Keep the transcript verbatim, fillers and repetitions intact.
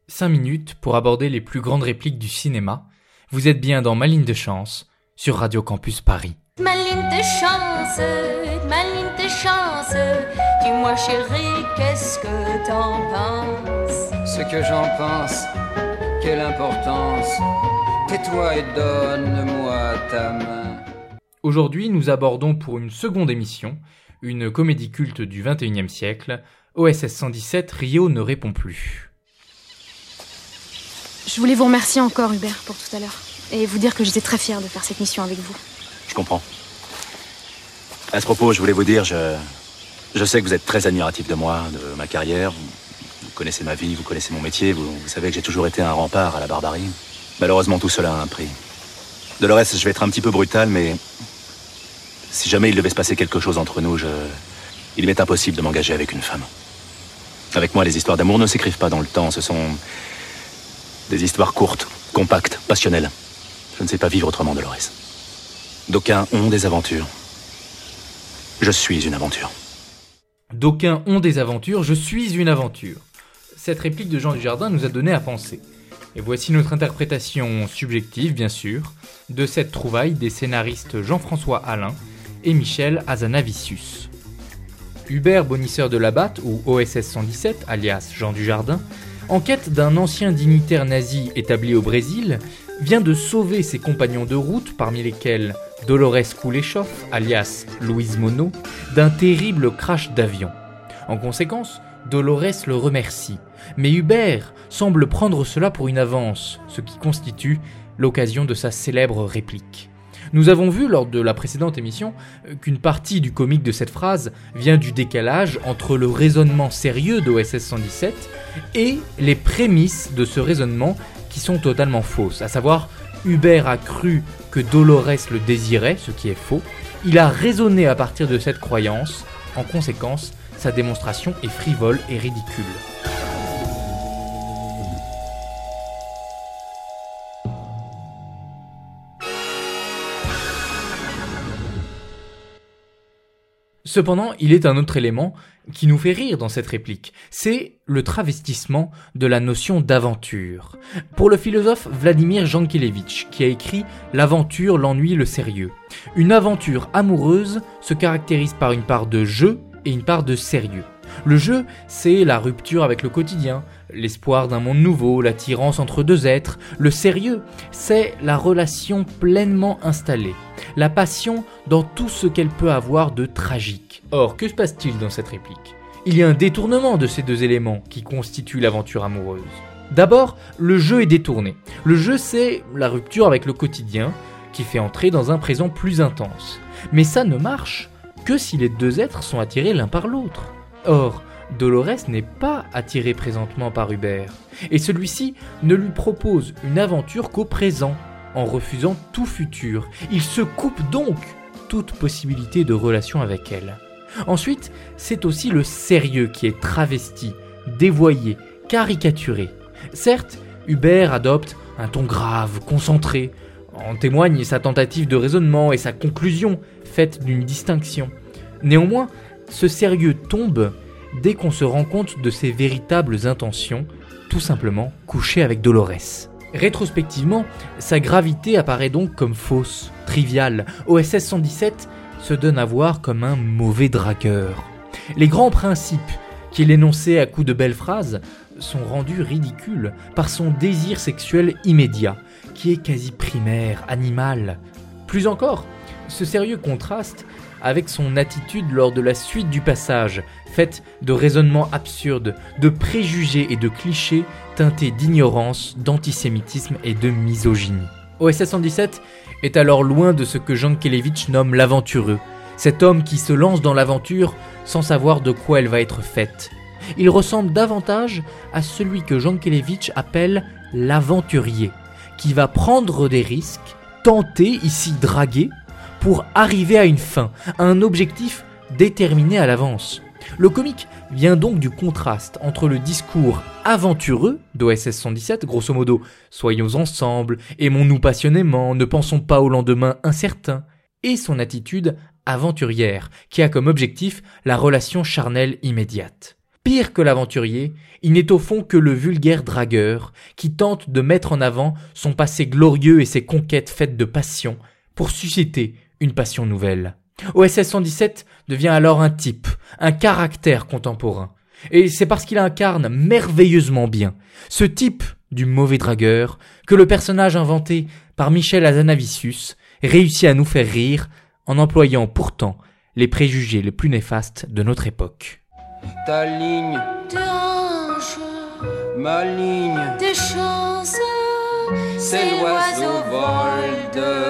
cinq minutes pour aborder les plus grandes répliques du cinéma. Vous êtes bien dans Ma ligne de chance sur Radio Campus Paris. Ma ligne de chance, ma ligne de chance, dis-moi chérie, qu'est-ce que t'en penses? Ce que j'en pense, quelle importance, tais-toi et donne-moi ta main. Aujourd'hui, nous abordons pour une seconde émission une comédie culte du vingt et unième siècle, O S S cent dix-sept, Rio ne répond plus. Je voulais vous remercier encore, Hubert, pour tout à l'heure. Et vous dire que j'étais très fière de faire cette mission avec vous. Je comprends. À ce propos, je voulais vous dire, je, je sais que vous êtes très admiratif de moi, de ma carrière. Vous, vous connaissez ma vie, vous connaissez mon métier. Vous, vous savez que j'ai toujours été un rempart à la barbarie. Malheureusement, tout cela a un prix. Dolores, je vais être un petit peu brutal, mais si jamais il devait se passer quelque chose entre nous, je... il m'est impossible de m'engager avec une femme. Avec moi, les histoires d'amour ne s'écrivent pas dans le temps. Ce sont des histoires courtes, compactes, passionnelles. Je ne sais pas vivre autrement, Dolores. D'aucuns ont des aventures. Je suis une aventure. D'aucuns ont des aventures, je suis une aventure. Cette réplique de Jean Dujardin nous a donné à penser. Et voici notre interprétation subjective, bien sûr, de cette trouvaille des scénaristes Jean-François Alain et Michel Hazanavicius. Hubert Bonisseur de Labatte, ou O S S cent dix-sept, alias Jean Dujardin, en quête d'un ancien dignitaire nazi établi au Brésil, vient de sauver ses compagnons de route, parmi lesquels Dolores Kuleshov, alias Louise Monod, d'un terrible crash d'avion. En conséquence, Dolores le remercie, mais Hubert semble prendre cela pour une avance, ce qui constitue l'occasion de sa célèbre réplique. Nous avons vu lors de la précédente émission qu'une partie du comique de cette phrase vient du décalage entre le raisonnement sérieux d'O S S cent dix-sept et les prémices de ce raisonnement qui sont totalement fausses, à savoir Hubert a cru que Dolores le désirait, ce qui est faux. Il a raisonné à partir de cette croyance. En conséquence, sa démonstration est frivole et ridicule. Cependant, il est un autre élément qui nous fait rire dans cette réplique, c'est le travestissement de la notion d'aventure. Pour le philosophe Vladimir Jankélévitch, qui a écrit « L'aventure, l'ennui, le sérieux », une aventure amoureuse se caractérise par une part de jeu et une part de sérieux. Le jeu, c'est la rupture avec le quotidien, l'espoir d'un monde nouveau, l'attirance entre deux êtres. Le sérieux, c'est la relation pleinement installée, la passion dans tout ce qu'elle peut avoir de tragique. Or, que se passe-t-il dans cette réplique ? Il y a un détournement de ces deux éléments qui constituent l'aventure amoureuse. D'abord, le jeu est détourné. Le jeu, c'est la rupture avec le quotidien qui fait entrer dans un présent plus intense. Mais ça ne marche que si les deux êtres sont attirés l'un par l'autre. Or, Dolores n'est pas attirée présentement par Hubert, et celui-ci ne lui propose une aventure qu'au présent, en refusant tout futur. Il se coupe donc toute possibilité de relation avec elle. Ensuite, c'est aussi le sérieux qui est travesti, dévoyé, caricaturé. Certes, Hubert adopte un ton grave, concentré. En témoigne sa tentative de raisonnement et sa conclusion, faite d'une distinction. Néanmoins, ce sérieux tombe dès qu'on se rend compte de ses véritables intentions, tout simplement coucher avec Dolores. Rétrospectivement, sa gravité apparaît donc comme fausse, triviale. O S S cent dix-sept se donne à voir comme un mauvais dragueur. Les grands principes qu'il énonçait à coups de belles phrases sont rendus ridicules par son désir sexuel immédiat, qui est quasi primaire, animal. Plus encore, ce sérieux contraste avec son attitude lors de la suite du passage, faite de raisonnements absurdes, de préjugés et de clichés teintés d'ignorance, d'antisémitisme et de misogynie. O S S cent dix-sept est alors loin de ce que Jankélévitch nomme l'aventureux, cet homme qui se lance dans l'aventure sans savoir de quoi elle va être faite. Il ressemble davantage à celui que Jankélévitch appelle l'aventurier, qui va prendre des risques, tenter, ici draguer, pour arriver à une fin, à un objectif déterminé à l'avance. Le comique vient donc du contraste entre le discours aventureux d'O S S cent dix-sept, grosso modo « soyons ensemble, aimons-nous passionnément, ne pensons pas au lendemain incertain », et son attitude aventurière, qui a comme objectif la relation charnelle immédiate. Pire que l'aventurier, il n'est au fond que le vulgaire dragueur qui tente de mettre en avant son passé glorieux et ses conquêtes faites de passion pour susciter une passion nouvelle. O S S cent dix-sept devient alors un type, un caractère contemporain. Et c'est parce qu'il incarne merveilleusement bien ce type du mauvais dragueur que le personnage inventé par Michel Hazanavicius réussit à nous faire rire en employant pourtant les préjugés les plus néfastes de notre époque. Ta ligne, tes hanches, ma ligne, tes chances, c'est l'oiseau vol de